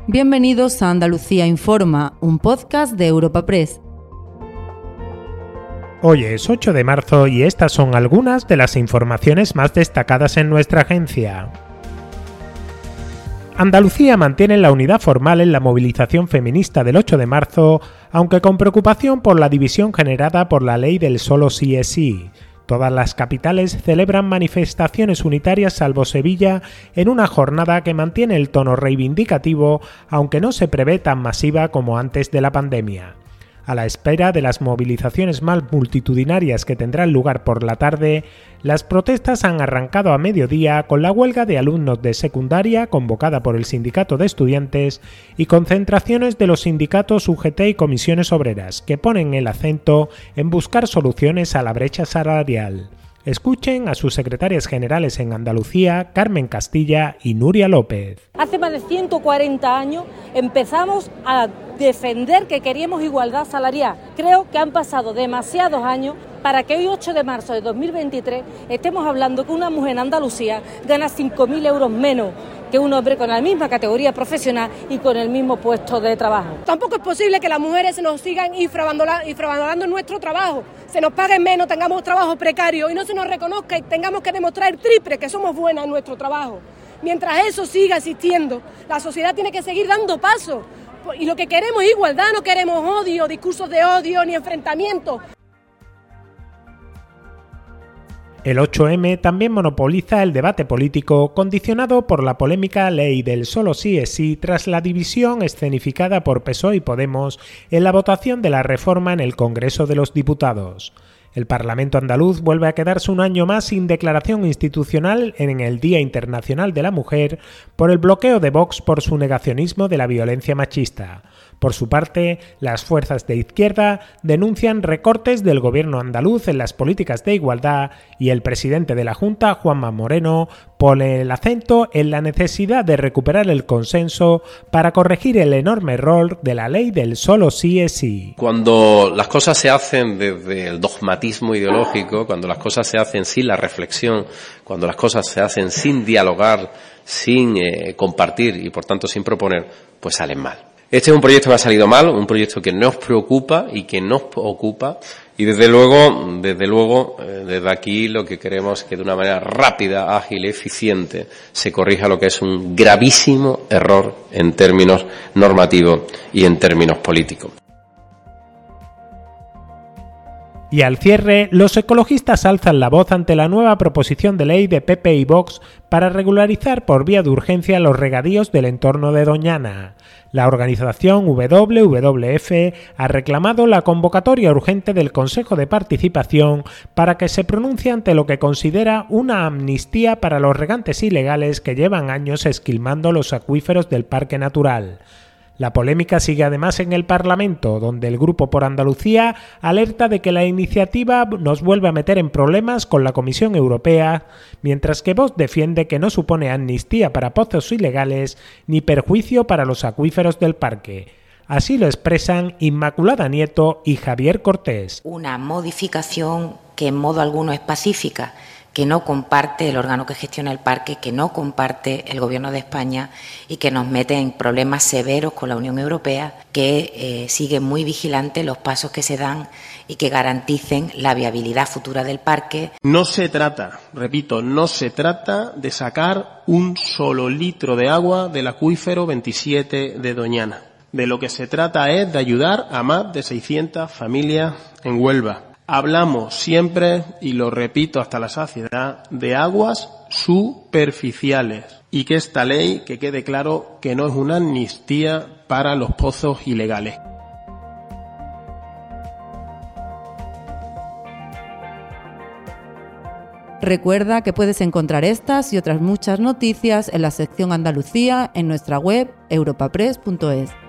Bienvenidos a Andalucía Informa, un podcast de Europa Press. Hoy es 8 de marzo y estas son algunas de las informaciones más destacadas en nuestra agencia. Andalucía mantiene la unidad formal en la movilización feminista del 8 de marzo, aunque con preocupación por la división generada por la ley del solo sí es sí. Todas las capitales celebran manifestaciones unitarias salvo Sevilla en una jornada que mantiene el tono reivindicativo, aunque no se prevé tan masiva como antes de la pandemia. A la espera de las movilizaciones más multitudinarias que tendrán lugar por la tarde, las protestas han arrancado a mediodía con la huelga de alumnos de secundaria convocada por el Sindicato de Estudiantes y concentraciones de los sindicatos UGT y comisiones obreras, que ponen el acento en buscar soluciones a la brecha salarial. Escuchen a sus secretarias generales en Andalucía, Carmen Castilla y Nuria López. Hace más de 140 años empezamos a defender que queríamos igualdad salarial. Creo que han pasado demasiados años para que hoy, 8 de marzo de 2023, estemos hablando que una mujer en Andalucía gana 5.000 euros menos que un hombre con la misma categoría profesional y con el mismo puesto de trabajo. Tampoco es posible que las mujeres se nos sigan infravalorando nuestro trabajo, se nos pague menos, tengamos trabajo precario y no se nos reconozca y tengamos que demostrar triple que somos buenas en nuestro trabajo. Mientras eso siga existiendo, la sociedad tiene que seguir dando pasos. Y lo que queremos es igualdad, no queremos odio, discursos de odio ni enfrentamientos. El 8M también monopoliza el debate político, condicionado por la polémica ley del solo sí es sí tras la división escenificada por PSOE y Podemos en la votación de la reforma en el Congreso de los Diputados. El Parlamento andaluz vuelve a quedarse un año más sin declaración institucional en el Día Internacional de la Mujer por el bloqueo de Vox por su negacionismo de la violencia machista. Por su parte, las fuerzas de izquierda denuncian recortes del gobierno andaluz en las políticas de igualdad y el presidente de la Junta, Juanma Moreno, pone el acento en la necesidad de recuperar el consenso para corregir el enorme error de la ley del solo sí es sí. Cuando las cosas se hacen desde el dogmatismo ideológico, cuando las cosas se hacen sin la reflexión, cuando las cosas se hacen sin dialogar, sin compartir y por tanto sin proponer, pues salen mal. Este es un proyecto que ha salido mal, un proyecto que nos preocupa y que nos ocupa y desde luego, desde aquí lo que queremos es que de una manera rápida, ágil, eficiente se corrija lo que es un gravísimo error en términos normativos y en términos políticos. Y al cierre, los ecologistas alzan la voz ante la nueva proposición de ley de PP y Vox para regularizar por vía de urgencia los regadíos del entorno de Doñana. La organización WWF ha reclamado la convocatoria urgente del Consejo de Participación para que se pronuncie ante lo que considera una amnistía para los regantes ilegales que llevan años esquilmando los acuíferos del Parque Natural. La polémica sigue además en el Parlamento, donde el Grupo por Andalucía alerta de que la iniciativa nos vuelve a meter en problemas con la Comisión Europea, mientras que Vox defiende que no supone amnistía para pozos ilegales ni perjuicio para los acuíferos del parque. Así lo expresan Inmaculada Nieto y Javier Cortés. Una modificación que en modo alguno es pacífica, que no comparte el órgano que gestiona el parque, que no comparte el Gobierno de España y que nos mete en problemas severos con la Unión Europea, que sigue muy vigilante los pasos que se dan y que garanticen la viabilidad futura del parque. No se trata, repito, no se trata de sacar un solo litro de agua del acuífero 27 de Doñana. De lo que se trata es de ayudar a más de 600 familias en Huelva. Hablamos siempre, y lo repito hasta la saciedad, de aguas superficiales y que esta ley, que quede claro, que no es una amnistía para los pozos ilegales. Recuerda que puedes encontrar estas y otras muchas noticias en la sección Andalucía en nuestra web europapress.es.